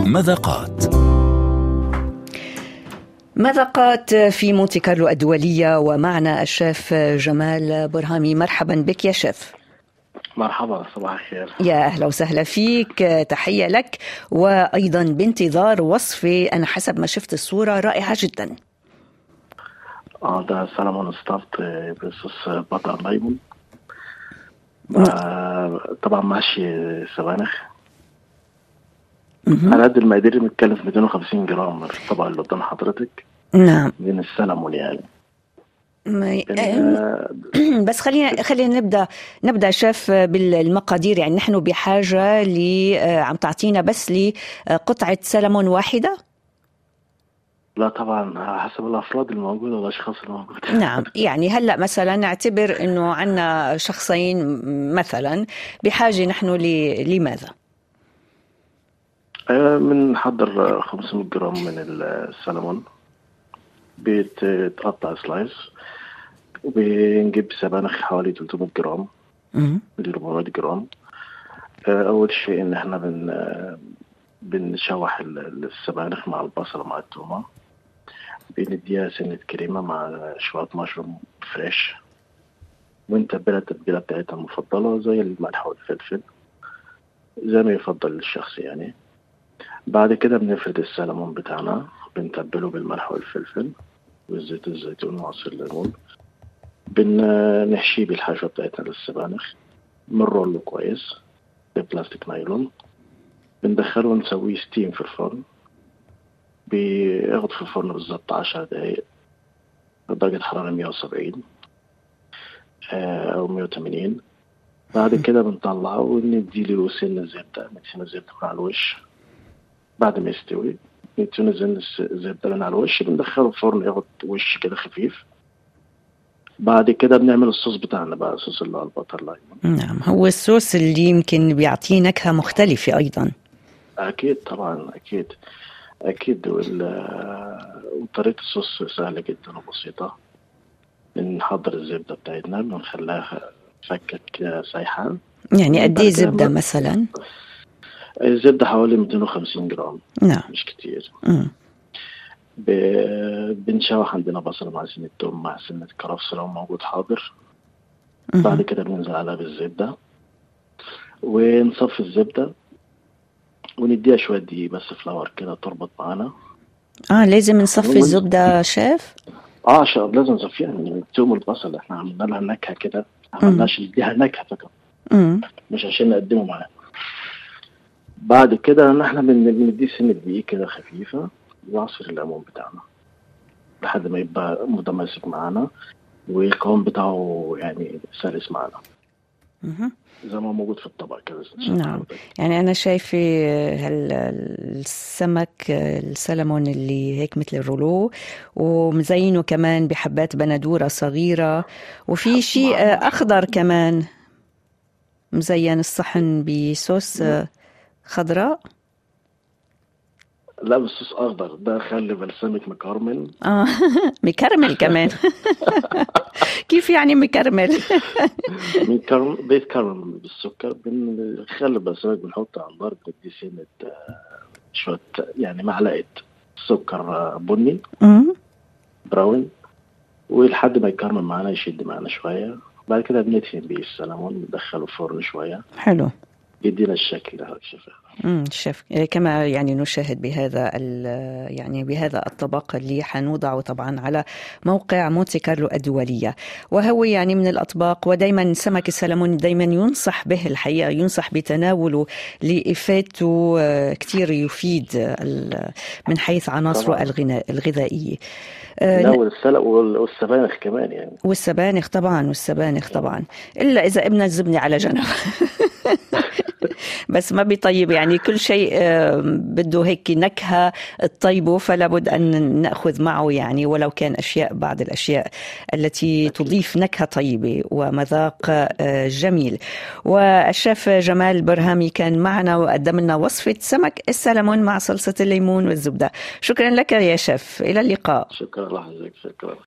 مذاقات. مذاقات في مونتي كارلو الدولية، ومعنا الشيف جمال برهامي. مرحبا بك يا شيف. مرحبا، صباح الخير. يا أهلا وسهلا فيك، تحية لك، وأيضا بانتظار وصفة أنا حسب ما شفت الصورة رائعة جدا. ده سلمون ستافت بصوص بطر ليمون. طبعا ماشي سبانخ على قد المقادير، متكلف 250 جرام الطبق اللي قدام حضرتك. نعم، من السلمون يعني. بس خلينا نبدأ شيف بالمقادير. يعني نحن بحاجة عم تعطينا بس لقطعة سلمون واحدة؟ لا طبعا، حسب الأفراد الموجودة والأشخاص الموجودة. نعم، يعني هلأ مثلا نعتبر أنه عنا شخصين مثلا، بحاجة نحن لماذا؟ بنحضر 500 جرام من السلمون، بيتقطع سلايس، وبنجيب سبانخ حوالي 300 جرام ل 400 جرام. أول شيء إن إحنا بنشوح السبانخ مع البصل مع التومة، بنديها سنة كريمة مع شوية مشروم فريش، ونتبلها التتبيلة بتاعتها المفضلة زي الملح والفلفل زي ما يفضل الشخص يعني. بعد كده بنفرد السلمون بتاعنا، بنتبله بالملح والفلفل والزيت الزيتون وعصير الليمون، بنحشيه بالحشوة بتاعتنا للسبانخ، بنرله كويس ببلاستيك نايلون، بندخله ونسويه ستيم في الفرن. بياخد في الفرن بالظبط 10 دقايق بدرجة حرارة 170 أو 180. بعد كده بنطلعه ونديله سن زبدة، نديله زبدة على الوش. بعد ما يستوي نديله سن زبدة من على الوش، بندخله الفرن ياخد وش كده خفيف. بعد كده بنعمل الصوص بتاعنا بقى، الصوص اللي على البطر لايمون. نعم، هو الصوص اللي يمكن بيعطيه نكهة مختلفة أيضا. أكيد طبعا، أكيد. وطريقة الصوص سهلة جدا وبسيطة. بنحضر الزبدة بتاعتنا، بنخليها فكت كده سايحة. يعني قد ايه زبدة مثلا؟ الزبدة حوالي 250 جرام. نعم، مش كتير. بنشوح عندنا بصل مع سنة توم مع سنة كرفس لو موجود حاضر. بعد كده بننزل عليها بالزبدة ونصفي الزبدة ونديها شوية دقيق بس فلاور كده تربط معانا. لازم نصفي الزبدة شيف؟ لازم نصفيها من التوم والبصل. احنا عملنا لها نكهة كده، عملناش نديها نكهة فقط، مش عشان نقدمه معاها. بعد كده احنا بنديه سنة دقيق كده خفيفة وعصير الليمون بتاعنا لحد ما يبقى متماسك معانا والقوام بتاعه يعني سلس معانا زي ما موجود في الطبق كده. نعم، يعني أنا شايفة السمك السلمون اللي هيك مثل الرولو، ومزينه كمان بحبات بندورة صغيرة، وفي شيء أخضر كمان مزين الصحن بصوص خضراء. لا بصوص أخضر، ده خلي بلسمك مكرمل. مكرمل كمان. كيف يعني مكرمل؟ بيتكرمل بالسكر. بنخلي بلسمك بنحطه على النار، بدي سنة شوية يعني معلقة سكر بني براون، ولحد ما يكرمل معنا يشد معنا شوية. بعد كده بندهن بيه السلمون، ندخله فرن شوية. حلو، يدينا الشكل هذا الشفاء. شيف، كما يعني نشاهد يعني بهذا الطبق اللي حنوضعه طبعا على موقع مونتي كارلو الدولية، وهو يعني من الأطباق. ودايما سمك السلمون دايما ينصح به، الحقيقة ينصح بتناوله لإفادته كتير يفيد من حيث عناصره الغذائية. لا والسبانخ كمان يعني. والسبانخ طبعا إلا إذا ابن الزبنة على جنب. بس ما بيطيب يعني كل شيء بده هيك نكهة تطيبه، فلا بد أن نأخذ معه يعني ولو كان بعض الأشياء التي تضيف نكهة طيبة ومذاق جميل. والشيف جمال برهامي كان معنا وقدم لنا وصفة سمك السلمون مع صلصة الليمون والزبدة. شكرا لك يا شيف، إلى اللقاء. شكرا لحضرتك. شكرا.